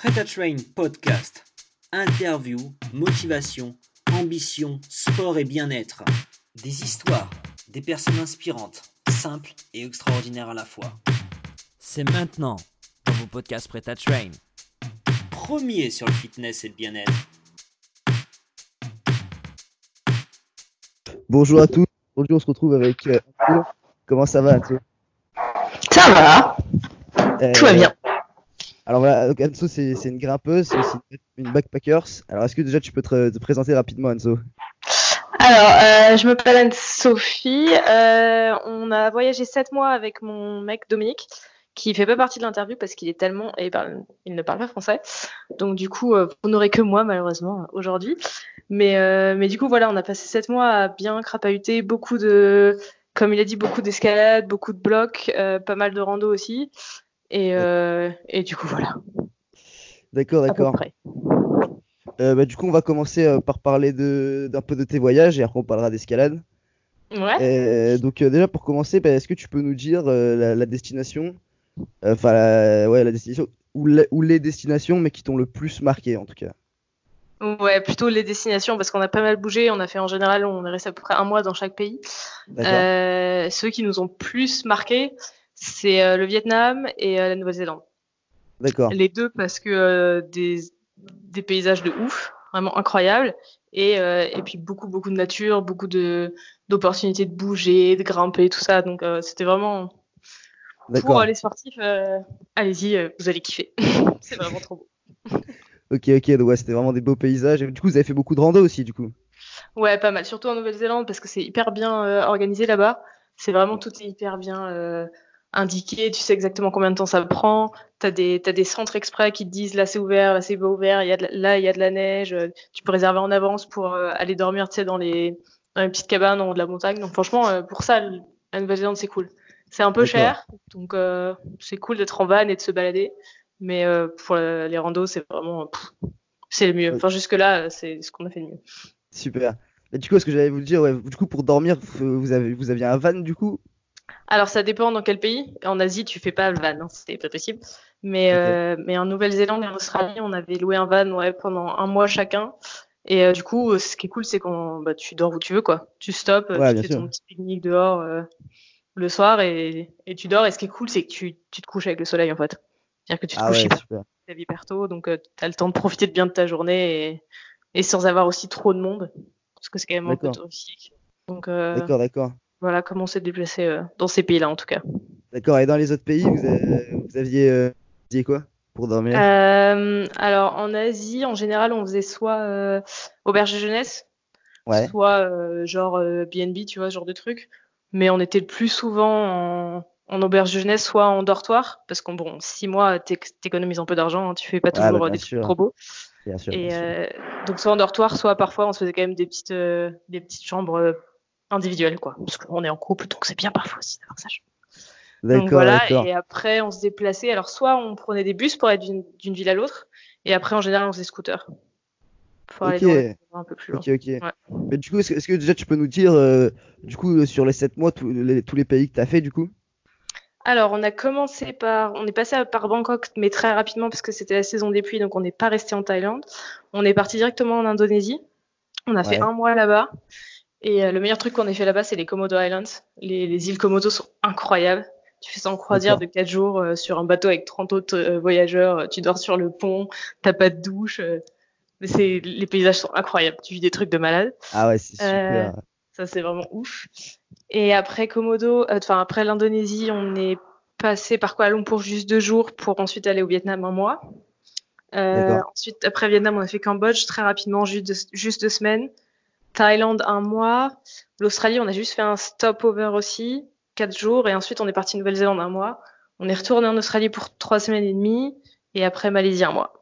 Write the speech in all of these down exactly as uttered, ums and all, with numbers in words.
Prêt à Train Podcast. Interview, motivation, ambition, sport et bien-être. Des histoires, des personnes inspirantes, simples et extraordinaires à la fois. C'est maintenant dans vos podcasts Prêt à Train. Premier sur le fitness et le bien-être. Bonjour à tous. Aujourd'hui, on se retrouve avec euh, Anto. Comment ça va, Anto? Ça va, Euh, tout va bien. Alors voilà, donc Anso, c'est c'est une grimpeuse, c'est aussi une backpackers. Alors, est-ce que déjà tu peux te, te présenter rapidement, Anso? Alors, euh, je m'appelle Anne-Sophie. Euh, on a voyagé sept mois avec mon mec Dominique, qui fait pas partie de l'interview parce qu'il est tellement et il, parle- il ne parle pas français. Donc du coup, euh, vous n'aurez que moi malheureusement aujourd'hui. Mais euh, mais du coup voilà, on a passé sept mois à bien crapahuter, beaucoup de, comme il a dit, beaucoup d'escalade, beaucoup de blocs, euh, pas mal de rando aussi. Et euh, et du coup voilà, D'accord, à peu d'accord. près. Euh, bah, du coup, on va commencer euh, par parler de d'un peu de tes voyages et après on parlera d'escalade. Ouais. Euh, donc euh, déjà pour commencer, bah, est-ce que tu peux nous dire euh, la, la destination, euh, enfin la, ouais, la destination ou, la- ou les destinations, mais qui t'ont le plus marqué en tout cas. Ouais, plutôt les destinations parce qu'on a pas mal bougé. On a fait en général, on est resté à peu près un mois dans chaque pays. D'accord. Euh, ceux qui nous ont plus marqué, c'est euh, le Vietnam et euh, la Nouvelle-Zélande. D'accord. Les deux parce que euh, des des paysages de ouf, vraiment incroyables, et euh, et puis beaucoup beaucoup de nature, beaucoup de d'opportunités de bouger, de grimper, tout ça. Donc euh, c'était vraiment pour D'accord. euh, les sportifs. Euh, allez-y, euh, vous allez kiffer. C'est vraiment trop beau. Ok, ok. Donc ouais, c'était vraiment des beaux paysages. Et du coup, vous avez fait beaucoup de rando aussi, du coup. Ouais, pas mal. Surtout en Nouvelle-Zélande parce que c'est hyper bien euh, organisé là-bas. C'est vraiment tout est hyper bien euh, indiqué. Tu sais exactement combien de temps ça prend. T'as des t'as des centres exprès qui te disent là c'est ouvert, là c'est pas ouvert. Il y a de la- là il y a de la neige. Euh, Tu peux réserver en avance pour euh, aller dormir, tu sais, dans les dans les petites cabanes en haut de la montagne. Donc franchement, euh, pour ça, le- la Nouvelle-Zélande c'est cool. C'est un peu D'accord. cher, donc euh, c'est cool d'être en van et de se balader. Mais euh, pour euh, les randos, c'est vraiment pff, c'est le mieux. Ouais, Enfin jusque là, c'est ce qu'on a fait de mieux. super. Et du coup, ce que j'allais vous dire, ouais, du coup, pour dormir, f- vous avez, vous aviez un van, du coup? Alors, ça dépend dans quel pays. En Asie, tu fais pas le van, hein, c'était pas possible. Mais, Ok. euh, mais en Nouvelle-Zélande et en Australie, on avait loué un van, ouais, pendant un mois chacun. Et euh, du coup, euh, ce qui est cool, c'est qu'on, bah, tu dors où tu veux, quoi. Tu stops, euh, Ouais, tu bien te fais sûr. ton petit pique-nique dehors euh, le soir et, et tu dors. Et ce qui est cool, c'est que tu, tu te couches avec le soleil, en fait. C'est-à-dire que tu te Ah couches ouais, hyper, super. tu hyper tôt, donc euh, tu as le temps de profiter de bien de ta journée et, et sans avoir aussi trop de monde, parce que c'est quand même un peu D'accord. touristique. Donc euh, D'accord, d'accord. voilà comment on s'est déplacé euh, dans ces pays-là, en tout cas. D'accord. Et dans les autres pays, vous, avez- vous aviez, euh, vous faisiez quoi pour dormir? Euh, alors en Asie, en général, on faisait soit euh, auberge de jeunesse, Ouais. soit euh, genre euh, B and B, tu vois, ce genre de truc. Mais on était le plus souvent en, en auberge de jeunesse, soit en dortoir, parce qu'en bon, six mois, t'éc- t'économises un peu d'argent, hein, tu fais pas Ouais, bah, toujours euh, bien des trucs sûr. trop beaux. Bien sûr, bien Et sûr. euh, donc soit en dortoir, soit parfois on se faisait quand même des petites euh, des petites chambres euh, individuelles, quoi. Parce qu'on est en couple, donc c'est bien parfois aussi d'avoir ça. Donc D'accord, voilà, d'accord. et après on se déplaçait. Alors soit on prenait des bus pour aller d'une d'une ville à l'autre, et après en général on faisait scooter pour aller Ok, dans les endroits un peu plus loin. ok, ok. Ouais. Mais du coup, est-ce que, est-ce que déjà tu peux nous dire, euh, du coup, euh, sur les sept mois, tous les, tous les pays que tu as fait, du coup? Alors on a commencé par, on est passé à- par Bangkok, mais très rapidement parce que c'était la saison des pluies, donc on n'est pas resté en Thaïlande. On est parti directement en Indonésie. On a fait Ouais. un mois là-bas, et euh, le meilleur truc qu'on ait fait là-bas, c'est les Komodo Islands. Les, les îles Komodo sont incroyables. Tu fais ça en croisière D'accord. de quatre jours euh, sur un bateau avec trente autres euh, voyageurs. euh, Tu dors sur le pont, t'as pas de douche. euh, mais c'est, les paysages sont incroyables. Tu vis des trucs de malade. Ah ouais, c'est Euh, super. Ça, c'est vraiment ouf. Et après Komodo, euh, enfin après l'Indonésie, on est passé par Kuala Lumpur juste deux jours pour ensuite aller au Vietnam un mois. Euh, D'accord. ensuite, après Vietnam, on a fait Cambodge très rapidement, juste deux, juste deux semaines. Thaïlande un mois. L'Australie, on a juste fait un stopover aussi, quatre jours. Et ensuite, on est parti Nouvelle-Zélande un mois. On est retourné en Australie pour trois semaines et demie. Et après Malaisie un mois.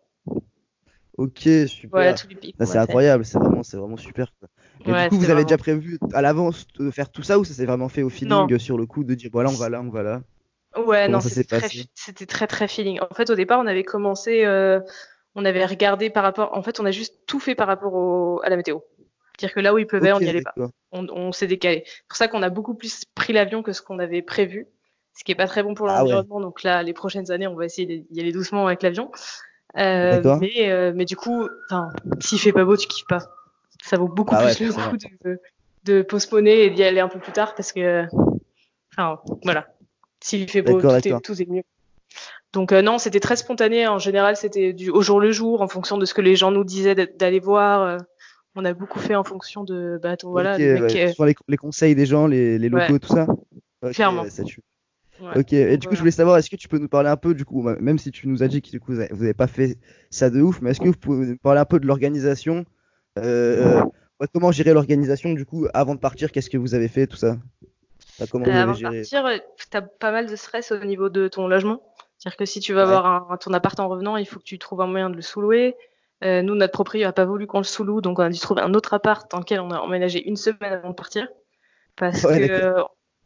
Ok, Voilà super. tous les pays Ça, qu'on c'est a fait. incroyable, c'est vraiment, c'est vraiment super, quoi. Mais du Ouais, coup, c'était vous avez vraiment. déjà prévu à l'avance de faire tout ça ou ça s'est vraiment fait au Non. feeling euh, sur le coup de dire voilà, on va là, on va là? Ouais, Comment non, ça s'est c'était très, passé? c'était très, très feeling. En fait, au départ, on avait commencé, euh, on avait regardé par rapport, en fait, on a juste tout fait par rapport au, à la météo. C'est-à-dire que là où il pleuvait, on Ok, n'y allait pas. d'accord. On, on s'est décalé. C'est pour ça qu'on a beaucoup plus pris l'avion que ce qu'on avait prévu, ce qui est pas très bon pour Ah ouais, l'environnement. Donc là, les prochaines années, on va essayer d'y aller doucement avec l'avion. Euh, D'accord. mais, euh, mais du coup, enfin, s'il fait pas beau, tu kiffes pas. Ça vaut beaucoup Bah ouais, plus le forcément. coup de, de postponer et d'y aller un peu plus tard parce que, enfin, voilà. S'il fait beau, D'accord, tout d'accord. est, tout est mieux. Donc euh, non, c'était très spontané. En général, c'était du au jour le jour, en fonction de ce que les gens nous disaient d'a- d'aller voir. Euh, on a beaucoup fait en fonction de, bah attends, Ok, voilà, le mec, ouais. euh, Soit les, les conseils des gens, les, les ouais, locaux, tout ça. Ok, clairement. ouais, ça tue. Ouais. Ok, et Donc du coup, je voilà. voulais savoir, est-ce que tu peux nous parler un peu, du coup, même si tu nous as dit que du coup, vous avez, vous avez pas fait ça de ouf, mais est-ce que vous pouvez nous parler un peu de l'organisation euh, euh, ouais, comment gérer l'organisation, du coup, avant de partir, qu'est-ce que vous avez fait, tout ça? Enfin, comment Euh, vous avez avant de géré? partir, euh, t'as pas mal de stress au niveau de ton logement. C'est-à-dire que si tu vas Ouais, avoir un, ton appart en revenant, il faut que tu trouves un moyen de le sous-louer. Euh, nous, notre propriétaire a pas voulu qu'on le sous-loue, donc on a dû trouver un autre appart dans lequel on a emménagé une semaine avant de partir. Parce ouais, que, d'accord, euh,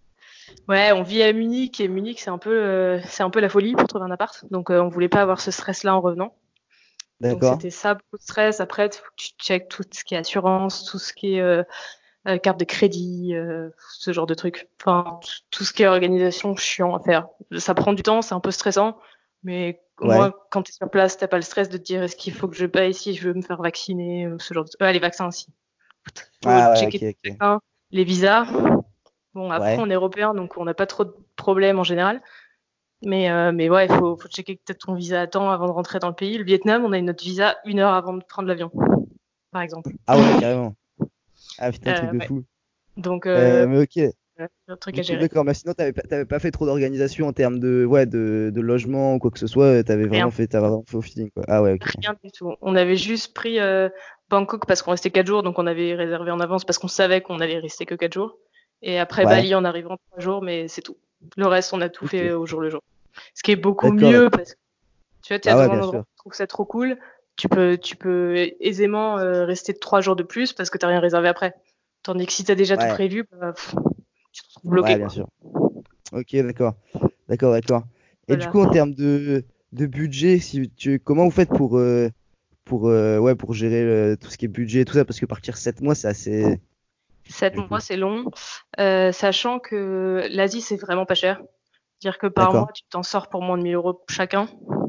ouais, on vit à Munich et Munich, c'est un peu, euh, c'est un peu la folie pour trouver un appart. Donc, euh, on voulait pas avoir ce stress-là en revenant. Donc, d'accord. c'était ça, beaucoup de stress. Après, il faut que tu checkes tout ce qui est assurance, tout ce qui est euh, euh, carte de crédit, euh, ce genre de trucs. Enfin, t- tout ce qui est organisation chiant à faire. Ça prend du temps, c'est un peu stressant, mais au Ouais. moins, quand tu es sur place, t'as pas le stress de te dire est-ce qu'il faut que je paye si je veux me faire vacciner, ou ce genre de... Ah, les vaccins aussi. Faut Ah ouais, checker ok, les ok. vaccins, les visas. Bon, après, Ouais. on est européen, donc on n'a pas trop de problèmes en général. Mais, euh, mais ouais, il faut, faut checker que tu as ton visa à temps avant de rentrer dans le pays. Le Vietnam, on a notre visa une heure avant de prendre l'avion, par exemple. Ah ouais, carrément. Ah putain, truc Euh, de ouais. fou. Donc, euh, Euh, mais ok. c'est un truc Du à coup, gérer. d'accord, mais sinon, t'avais pas, t'avais pas fait trop d'organisation en termes de, ouais, de, de logement ou quoi que ce soit, t'avais vraiment Rien. fait, t'avais vraiment fait au feeling, quoi. Ah ouais, ok. Rien du tout. On avait juste pris euh, Bangkok parce qu'on restait quatre jours, donc on avait réservé en avance parce qu'on savait qu'on allait rester que quatre jours. Et après Ouais, Bali en arrivant trois jours, mais c'est tout. Le reste, on a tout ok. fait au jour le jour. Ce qui est beaucoup D'accord, mieux d'accord. parce que tu vois, tu es Bah dans ouais, un bien endroit sûr. où tu trouves ça trop cool. Tu peux, tu peux aisément euh, rester trois jours de plus parce que t'as rien réservé après. Tandis que si t'as déjà tout Ouais, prévu, bah, pff, tu te retrouves ouais, bloqué, bien quoi. sûr. Ok, d'accord. D'accord, d'accord. Et du Voilà. coup, en termes de, de budget, si tu, comment vous faites pour, euh, pour, euh, ouais, pour gérer euh, tout ce qui est budget et tout ça? Parce que partir sept mois, c'est assez, Sept du mois, coup. c'est long, euh, sachant que l'Asie, c'est vraiment pas cher. Dire que par D'accord. mois, tu t'en sors pour moins de mille euros chacun.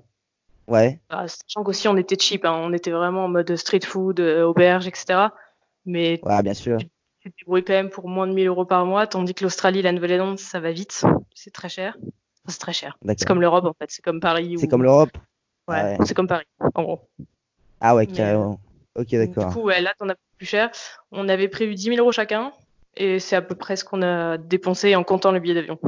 Ouais, Bah, sachant qu'aussi, on était cheap, hein. On était vraiment en mode street food, euh, auberge, et cetera. Mais ouais, bien sûr. tu, tu te débrouilles quand même pour moins de mille euros par mois, tandis que l'Australie, la Nouvelle-Zélande, ça va vite. C'est très cher. Enfin, c'est très cher. C'est D'accord. comme l'Europe, en fait. C'est comme Paris C'est comme ou... l'Europe? Ah Ouais, ouais. c'est comme Paris, en gros. Ah ouais, Mais euh, carrément. Ok, du d'accord. coup, ouais, là, t'en as plus cher. On avait prévu dix mille euros chacun. Et c'est à peu près ce qu'on a dépensé en comptant le billet d'avion.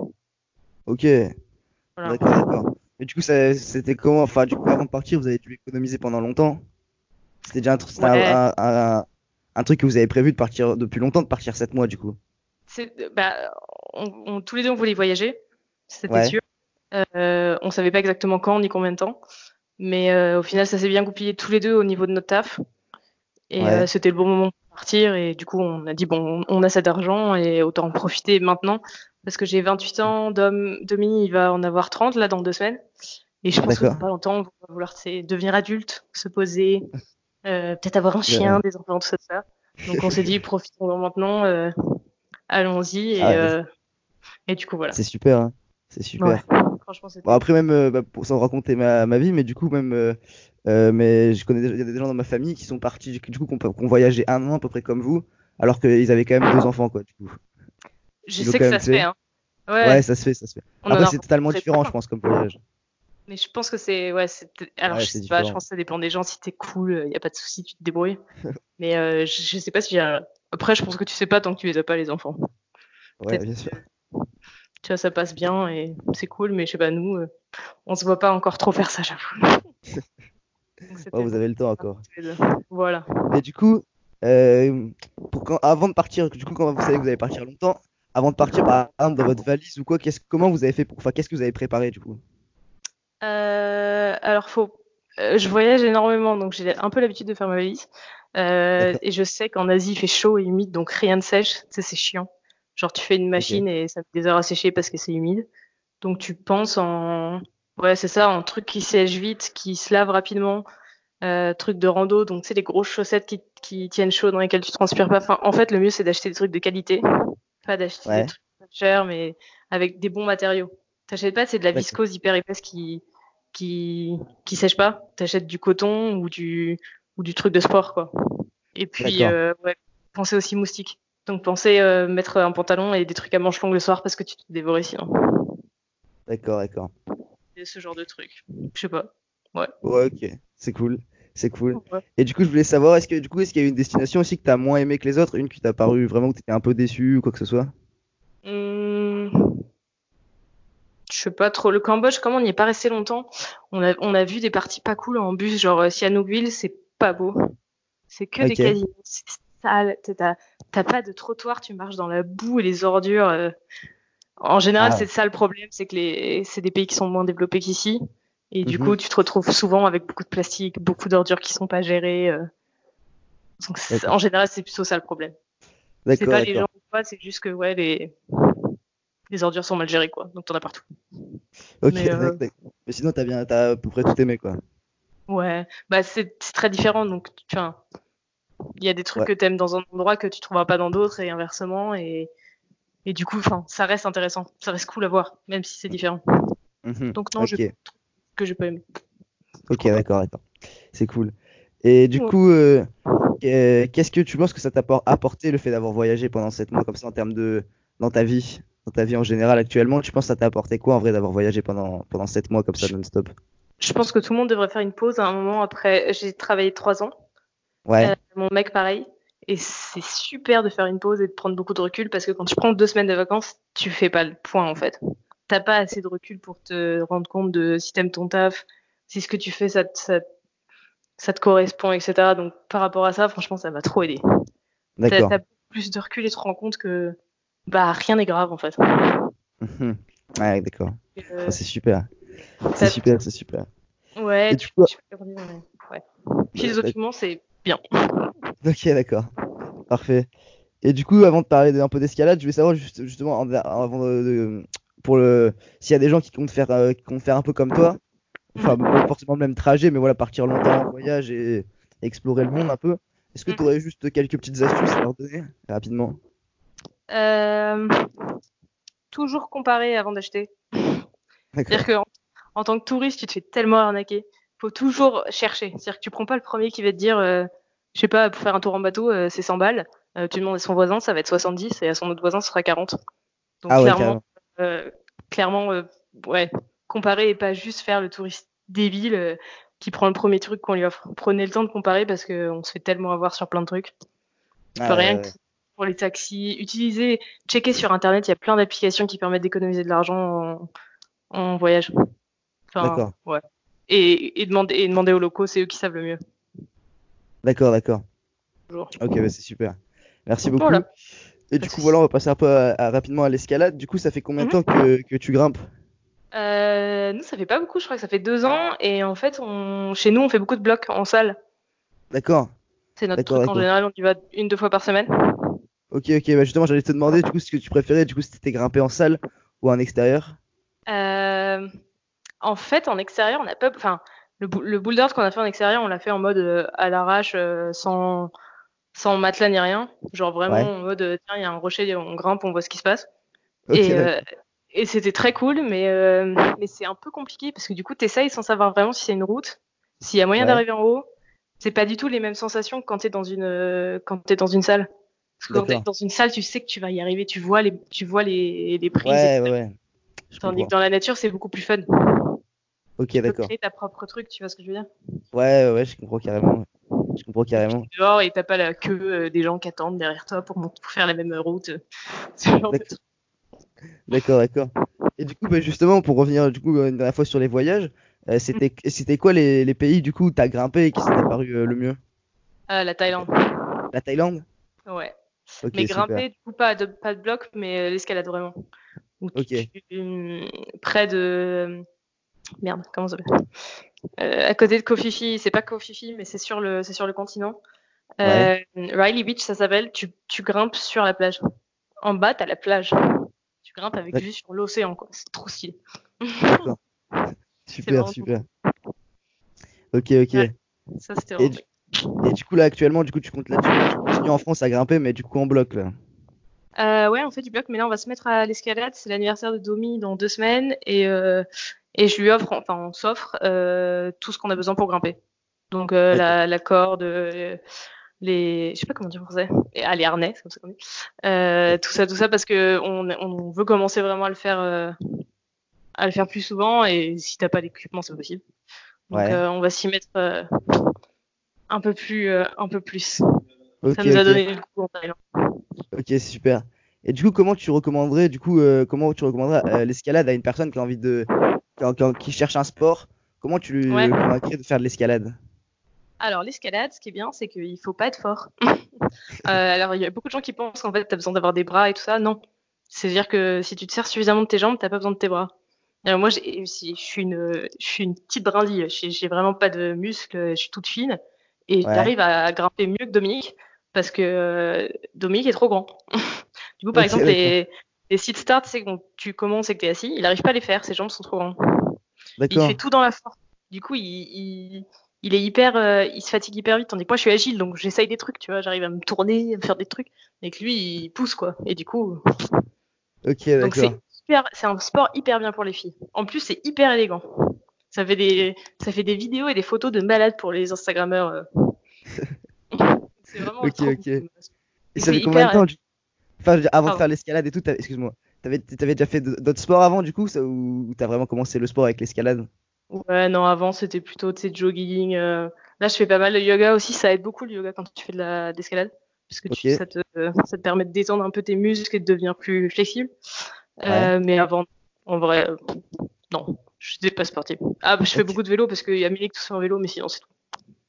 Ok, Voilà. d'accord, d'accord. Et du coup, ça, c'était comment? Enfin, du coup, avant de partir, vous avez dû économiser pendant longtemps? C'était déjà un, tr- c'était un, Ouais, un, un- un truc que vous avez prévu de partir depuis longtemps, de partir sept mois, du coup. c'est, bah, on, on- tous les deux, on voulait voyager, c'était Ouais, sûr. Euh, on savait pas exactement quand ni combien de temps, mais euh, au final, ça s'est bien goupillé tous les deux au niveau de notre taf. Et euh, ouais, c'était le bon moment pour partir. Et du coup, on a dit, bon, on a cet argent et autant en profiter maintenant. Parce que j'ai vingt-huit ans, Dom, Domi, il va en avoir trente là dans deux semaines. Et je pense que dans d'accord. pas longtemps, on va vouloir tu sais, devenir adulte, se poser, euh, peut-être avoir un chien, Ouais. des enfants, tout ça. Tout ça. Donc on s'est dit, profitons maintenant, euh, allons-y. Ah Et, ouais, euh, et du coup, voilà. c'est super, hein. C'est Ouais, super. franchement, Bon, c'était. après, même, euh, bah, pour sans raconter ma, ma vie, mais du coup, même, euh, euh, mais je connais, il y a des gens dans ma famille qui sont partis, du coup, qui ont, qui ont voyagé un an à peu près comme vous, alors qu'ils avaient quand même deux enfants, quoi, du coup. Je Ils l'ont sais quand que même ça se fait, fait. hein. Ouais, Ouais, ça se fait, ça se fait. on en Après, a c'est totalement rencontré différent, je plein. pense, comme voyage. Mais je pense que c'est. Ouais, c'est... Alors, Ouais, je c'est sais pas, je différent. pense que ça dépend des gens. Si t'es cool, il n'y a pas de souci, tu te débrouilles. Mais euh, je, je sais pas si j'ai. un- Après, je pense que tu sais pas tant que tu les as pas, les enfants. Ouais, Peut-être bien sûr. que tu vois, ça passe bien et c'est cool, mais je sais pas, nous, euh, on se voit pas encore trop faire ça, j'avoue. Donc, Ouais, c'était vous bon. avez le temps encore. Tous les deux. Voilà. Mais du coup, euh, pour quand, avant de partir, du coup, quand vous savez que vous allez partir longtemps, avant de partir, par exemple, dans votre valise ou quoi, qu'est-ce, comment vous avez fait pour, enfin, qu'est-ce que vous avez préparé, du coup? Euh, alors, faut. euh, je voyage énormément, donc j'ai un peu l'habitude de faire ma valise. Euh, D'accord. et je sais qu'en Asie, il fait chaud et humide, donc rien ne sèche. Tu sais, c'est chiant. Genre, tu fais une Ok. machine et ça met des heures à sécher parce que c'est humide. Donc, tu penses en. Ouais, c'est ça, en truc qui sèche vite, qui se lave rapidement, euh, truc de rando. Donc, tu sais, les grosses chaussettes qui, qui tiennent chaud, dans lesquelles tu transpires pas. Enfin, en fait, le mieux, c'est d'acheter des trucs de qualité. Pas d'acheter des Ouais. trucs pas chers, mais avec des bons matériaux. T'achètes pas, c'est de la D'accord. viscose hyper épaisse qui, qui qui sèche pas. T'achètes du coton ou du ou du truc de sport quoi. Et puis euh, ouais, pensez aussi moustiques. Donc pensez euh, mettre un pantalon et des trucs à manches longues le soir parce que tu te dévores sinon. D'accord, d'accord. Et ce genre de trucs. Je sais pas. Ouais. Ouais, ok, c'est cool, c'est cool. Ouais. Et du coup, je voulais savoir, est-ce que du coup, est-ce qu'il y a eu une destination aussi que t'as moins aimé que les autres, une qui t'a paru vraiment que t'étais un peu déçu ou quoi que ce soit? Hum, je sais pas trop. Le Cambodge, comme on n'y est pas resté longtemps, on a on a vu des parties pas cool en bus, genre euh, Sihanoukville, c'est pas beau. C'est que des Ok. casinos, c'est sale. T'as t'as pas de trottoir, tu marches dans la boue et les ordures. euh. En général, Ah, c'est ça le problème, c'est que les c'est des pays qui sont moins développés qu'ici. Et du mhm, coup, tu te retrouves souvent avec beaucoup de plastique, beaucoup d'ordures qui sont pas gérées. euh. Donc, c'est- en d'accord, général, c'est plutôt ça le problème. C'est d'accord, pas les gens d'accord. ou pas, c'est juste que ouais, les, les ordures sont mal gérées, quoi. Donc, t'en as partout. Ok, Mais euh, d'accord. Mais sinon, t'as bien, t'as à peu près tout aimé, quoi. ouais, bah c'est c'est très différent. Donc, tu vois, il y a des trucs Ouais. que t'aimes dans un endroit que tu trouveras pas dans d'autres et inversement. Et, et du coup, enfin, ça reste intéressant. Ça reste cool à voir, même si c'est différent. Mhm, Donc, non, je ok, que j'ai pas aimé. Je ok, crois pas. d'accord, d'accord. C'est cool. Et du Ouais. coup, euh, qu'est- qu'est-ce que tu penses que ça t'a appor- apporté le fait d'avoir voyagé pendant sept mois comme ça en termes de dans ta vie, dans ta vie en général actuellement, tu penses que ça t'a apporté quoi en vrai d'avoir voyagé pendant pendant sept mois comme ça Je, non-stop? je pense que tout le monde devrait faire une pause à un moment après. J'ai travaillé trois ans. Euh, Ouais, mon mec, pareil. Et c'est super de faire une pause et de prendre beaucoup de recul parce que quand tu prends deux semaines de vacances, tu fais pas le point en fait. T'as pas assez de recul pour te rendre compte de si t'aimes ton taf, si ce que tu fais ça te, ça, ça te correspond, et cetera. Donc par rapport à ça, franchement, ça m'a trop aidé. T'as, d'accord. t'as plus de recul et tu te rends compte que bah rien n'est grave en fait. Mhm. Ouais, d'accord. Et, Ah, euh, c'est super. C'est t'as- super, c'est super. ouais, Et du tu, coup, tu peux dire, ouais. Ouais. euh, d'ac- Philosophiquement, c'est bien. ok, d'accord. Parfait. Et du coup, avant de parler de- un peu d'escalade, je voulais savoir juste- justement en- avant de, de- pour le s'il y a des gens qui comptent faire euh, qui comptent faire un peu comme toi, enfin Mhm. pas forcément le même trajet, mais voilà partir longtemps en voyage et, et explorer le monde un peu. Est-ce que tu Mhm. aurais juste quelques petites astuces à leur donner rapidement? Euh, toujours comparer avant d'acheter. C'est-à-dire D'accord. qu'en en tant que touriste, tu te fais tellement arnaquer. Faut toujours chercher. C'est-à-dire que tu prends pas le premier qui va te dire, euh, je sais pas, pour faire un tour en bateau, euh, c'est cent balles. Euh, tu demandes à son voisin, ça va être soixante-dix, et à son autre voisin, ce sera quarante. Donc Ah ouais, clairement, carrément. euh, clairement, euh, ouais, comparer et pas juste faire le touriste débile euh, qui prend le premier truc qu'on lui offre. Prenez le temps de comparer parce qu'on se fait tellement avoir sur plein de trucs. Ah, Rien ouais, que ouais. pour les taxis, utiliser, checker sur internet, il y a plein d'applications qui permettent d'économiser de l'argent en, en voyage. Enfin, D'accord. ouais. Et, et, demander, et demander aux locaux, c'est eux qui savent le mieux. D'accord, d'accord. Toujours. Ok, bah, c'est super. Merci beaucoup. Voilà. Et Pas du de coup, voilà, soucis. on va passer un peu à- à- rapidement à l'escalade. Du coup, ça fait combien de temps Mhm. que, que tu grimpes? Euh, nous, ça fait pas beaucoup, je crois que ça fait deux ans. Et en fait, on, chez nous, on fait beaucoup de blocs en salle. D'accord, C'est notre d'accord, truc en d'accord. général, on y va une, deux fois par semaine. Ok, ok, bah justement, j'allais te demander du coup ce que tu préférais, du coup, si t'étais grimpé en salle ou en extérieur. Euh, en fait, en extérieur, on a pas. Enfin, le, bou- le boulder qu'on a fait en extérieur, on l'a fait en mode euh, à l'arrache, euh, sans, sans matelas ni rien. Genre Ouais, vraiment en mode, euh, tiens, il y a un rocher, on grimpe, on voit ce qui se passe. ok, Et, euh, d'accord. et c'était très cool, mais, euh, mais c'est un peu compliqué parce que du coup, t'essayes sans savoir vraiment si c'est une route, s'il y a moyen Ouais, d'arriver en haut. C'est pas du tout les mêmes sensations que quand t'es dans une, euh, quand t'es dans une salle. Parce que quand t'es d'accord. dans une salle, tu sais que tu vas y arriver, tu vois les, tu vois les, les prises, Ouais, ouais, et cetera. ouais, je Tandis que comprends. dans la nature, c'est beaucoup plus fun. Ok, Tu peux d'accord. créer ta propre truc, tu vois ce que je veux dire? Ouais, ouais, ouais, je comprends carrément. Je comprends Et puis carrément. t'es dehors et t'as pas la queue euh, des gens qui attendent derrière toi pour, mont- pour faire la même route. euh, Ce genre de D'ac- truc. D'accord, d'accord. Et du coup, bah, justement, pour revenir du coup une dernière fois sur les voyages, euh, c'était c'était quoi les, les pays du coup où t'as grimpé et qui ça t'a paru euh, le mieux? Ah, la Thaïlande. La Thaïlande? Ouais. Ok, Mais super. grimper, du coup, pas de, pas de bloc, mais euh, l'escalade vraiment. Où tu, Ok, hum, près de. Merde, comment ça s'appelle? Euh, à côté de Koh Phi Phi, c'est pas Koh Phi Phi, mais c'est sur le, c'est sur le continent. ouais, Euh, Riley Beach, ça s'appelle. Tu, tu grimpes sur la plage. En bas, t'as la plage. Tu grimpes avec d'ac- vue sur l'océan, quoi. C'est trop stylé. d'accord. C'est Super, vraiment trop super. cool. Ok, Ouais, ok. ça, c'était Et vraiment du, chouette. et du coup, là, actuellement, du coup, tu comptes là, tu, tu continues en France à grimper, mais du coup, en bloc, là. Euh, ouais, on fait du bloc, mais là, on va se mettre à l'escalade. C'est l'anniversaire de Domi dans deux semaines. Et, euh, Et je lui offre, enfin, on s'offre euh, tout ce qu'on a besoin pour grimper. Donc euh, la, la corde, euh, les, je sais pas comment dire en français, et, ah, les harnais, c'est comme ça qu'on dit. Euh, tout ça, tout ça, parce que on, on veut commencer vraiment à le faire, euh, à le faire plus souvent. Et si t'as pas d'équipement, c'est pas possible. Donc Ouais. euh, on va s'y mettre euh, un peu plus, euh, un peu plus. Ok, Ça nous a ok. donné le coup en Thaïlande. Ok, super. Et du coup, comment tu recommanderais, du coup, euh, comment tu recommanderais euh, l'escalade à une personne qui a envie de, qui, a- qui a- qui cherche un sport? Comment tu lui Ouais. convaincrais de faire de l'escalade? Alors l'escalade, ce qui est bien, c'est qu'il faut pas être fort. euh, alors il y a beaucoup de gens qui pensent qu'en fait t'as besoin d'avoir des bras et tout ça. Non, c'est-à-dire que si tu te sers suffisamment de tes jambes, t'as pas besoin de tes bras. Alors moi, j'ai, si, je suis une, je suis une petite brindille. J'ai, j'ai vraiment pas de muscles. Je suis toute fine et Ouais. j'arrive à grimper mieux que Dominique parce que euh, Dominique est trop grand. Du coup, par Ok, exemple, d'accord. les, les sit starts, c'est quand tu commences et que t'es assis, il arrive pas à les faire. Ses jambes sont trop grandes. Il fait D'accord. tout dans la force. Du coup, il, il, il est hyper, euh, il se fatigue hyper vite. Tandis que moi, je suis agile, donc j'essaye des trucs, tu vois. J'arrive à me tourner, à me faire des trucs. Et que lui, il pousse, quoi. Et du coup, Ok, donc d'accord. c'est hyper, c'est un sport hyper bien pour les filles. En plus, c'est hyper élégant. Ça fait des, ça fait des vidéos et des photos de malades pour les Instagrammeurs. euh. C'est vraiment Ok, trop ok. Et cool. ça C'est fait combien de hyper. temps, du- enfin, je veux dire, avant de Pardon. faire l'escalade et tout, t'avais- excuse-moi, t'avais, t'avais déjà fait d- d'autres sports avant, du coup, ça, ou ou t'as vraiment commencé le sport avec l'escalade? Ouais, non, avant, c'était plutôt, tu sais, jogging. euh. Là, je fais pas mal de yoga aussi. Ça aide beaucoup le yoga quand tu fais de la, d'escalade. Parce que tu, Ok, ça te, ça te permet de détendre un peu tes muscles et de devenir plus flexible. ouais. Euh, mais avant, en vrai, euh, non, je n'étais pas sportive. Ah, bah, je fais Ok, beaucoup de vélo parce qu'il y a Mélique tout fait en vélo, mais sinon, c'est tout.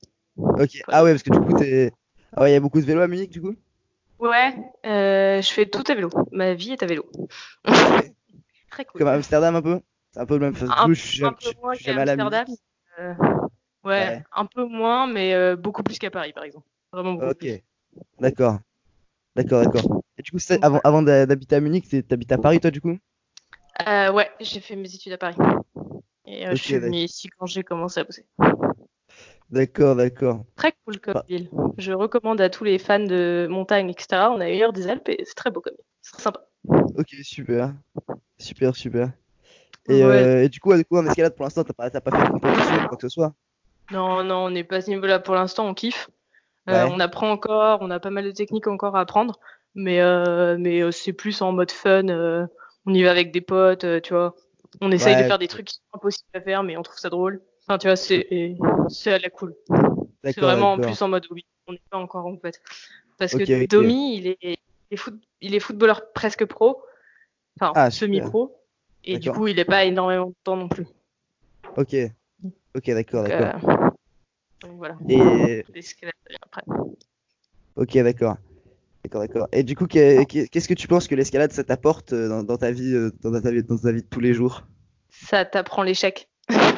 ok. Pas Ah ouais, d'autre. parce que du coup, t'es. Ah ouais, il y a beaucoup de vélos à Munich, du coup? Ouais, euh, je fais tout à vélo. Ma vie est à vélo. Ok. Très cool. Comme à Amsterdam, un peu? C'est un peu le même. Enfin, du Un, coup, je suis un jamais, je peu moins je suis qu'à jamais allé à Amsterdam. Munich. Euh, ouais, Ouais. un peu moins, mais euh, beaucoup plus qu'à Paris, par exemple. Vraiment beaucoup Ok, plus. d'accord. D'accord, d'accord. Et du coup, c'est- Donc, avant, voilà. avant d'a- d'habiter à Munich, t'es- t'habites à Paris, toi, du coup? Euh, ouais, j'ai fait mes études à Paris. Et euh, je Ok, suis venue d'ac- ici quand j'ai commencé à bosser. d'accord, d'accord. Très cool comme Bah, ville. Je recommande à tous les fans de montagne, et cetera. On a une heure des Alpes et c'est très beau comme ville. C'est très sympa. ok, super. Super, super. Et, Ouais. euh, et du coup, du coup, en escalade, pour l'instant, t'as pas, t'as pas fait de compétition ou quoi que ce soit? Non, non, on n'est pas à ce niveau-là pour l'instant, on kiffe. Euh, Ouais, on apprend encore, on a pas mal de techniques encore à apprendre, mais, euh, mais euh, c'est plus en mode fun. euh, on y va avec des potes, euh, tu vois. On essaye de ouais, faire des ok. trucs qui sont impossibles à faire, mais on trouve ça drôle. Enfin, tu vois, c'est, et c'est à la cool. C'est D'accord, vraiment en d'accord. plus en mode hobby. On n'est pas encore en fait. Parce que Ok, ok. Domi, il est, il est, foot- il est footballeur presque pro, enfin Ah, super. semi-pro, et du D'accord. coup, il n'est pas énormément de temps non plus. Ok, ok, d'accord, Donc, d'accord. euh, donc voilà. Et, L'escalade, ça vient après. ok, d'accord. D'accord, d'accord. Et du coup, qu'est- qu'est- qu'est-ce que tu penses que l'escalade, ça t'apporte euh, dans, dans ta vie, euh, dans ta vie, dans ta vie de tous les jours? Ça t'apprend l'échec.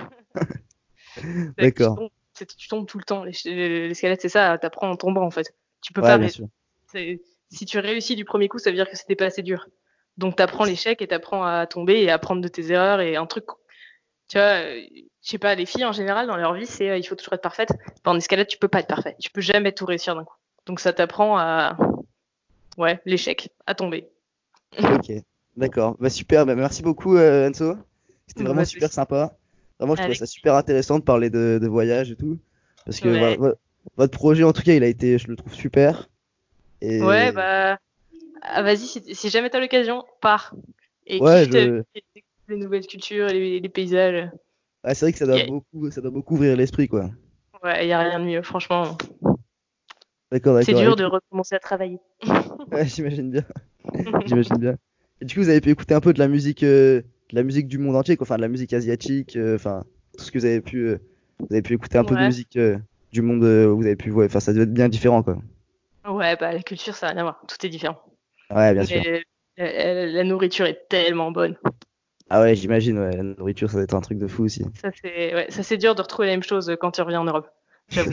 C'est que tu D'accord. tombes, c'est- tu tombes tout le temps. L'es- L'escalade, c'est ça, t'apprends en tombant en fait. Tu peux Ouais, pas. bien ré- sûr. c'est- Si tu réussis du premier coup, ça veut dire que c'était pas assez dur. Donc t'apprends l'échec et t'apprends à tomber et à apprendre de tes erreurs et un truc. Tu vois, euh, je sais pas, les filles en général dans leur vie, c'est euh, il faut toujours être parfaite. Enfin, en escalade, tu peux pas être parfaite. Tu peux jamais tout réussir d'un coup. Donc ça t'apprend à, ouais, l'échec, à tomber. Ok, d'accord. Bah super, bah, merci beaucoup euh, Enzo. C'était vraiment Pas de super souci. sympa. Vraiment, je trouvais Avec. ça super intéressant de parler de, de voyage et tout. Parce que voilà, Ouais. vo- votre projet, en tout cas, il a été, je le trouve super. Ouais, Et bah, ah, vas-y, si, si jamais t'as l'occasion, pars. Et ouais, kiffe ta vie, je... et découvre les nouvelles cultures, les, les paysages. ouais, c'est vrai que ça doit Y a- beaucoup, ça doit beaucoup ouvrir l'esprit, quoi. ouais, y a rien de mieux, franchement. D'accord, C'est d'accord. Et dur du de coup, recommencer à travailler. ouais, j'imagine bien. J'imagine bien. Et du coup, vous avez pu écouter un peu de la musique, euh, de la musique du monde entier, quoi. Enfin, de la musique asiatique, euh, enfin, tout ce que vous avez pu, euh, vous avez pu écouter un peu de Ouais. musique euh, du monde euh, où vous avez pu, ouais, enfin, ça doit être bien différent, quoi. Ouais, bah, la culture, ça n'a rien à voir. Tout est différent. Ouais, bien sûr. Mais la, la nourriture est tellement bonne. Ah ouais, j'imagine, ouais, la nourriture, ça doit être un truc de fou aussi. Ça, c'est, ouais, ça, c'est dur de retrouver la même chose quand tu reviens en Europe. J'avoue.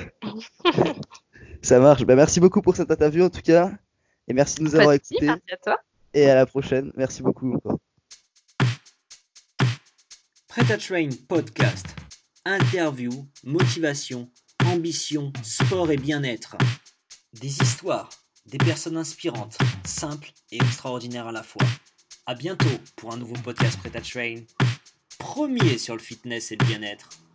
Ça marche. Bah, merci beaucoup pour cette interview, en tout cas. Et merci de nous Pas de avoir soucis, écoutés. merci à toi. Et à la prochaine. Merci beaucoup encore. Prêt à Train Podcast. Interview, motivation, ambition, sport et bien-être. Des histoires, des personnes inspirantes, simples et extraordinaires à la fois. À bientôt pour un nouveau podcast Prêt à Train. premier sur le fitness et le bien-être.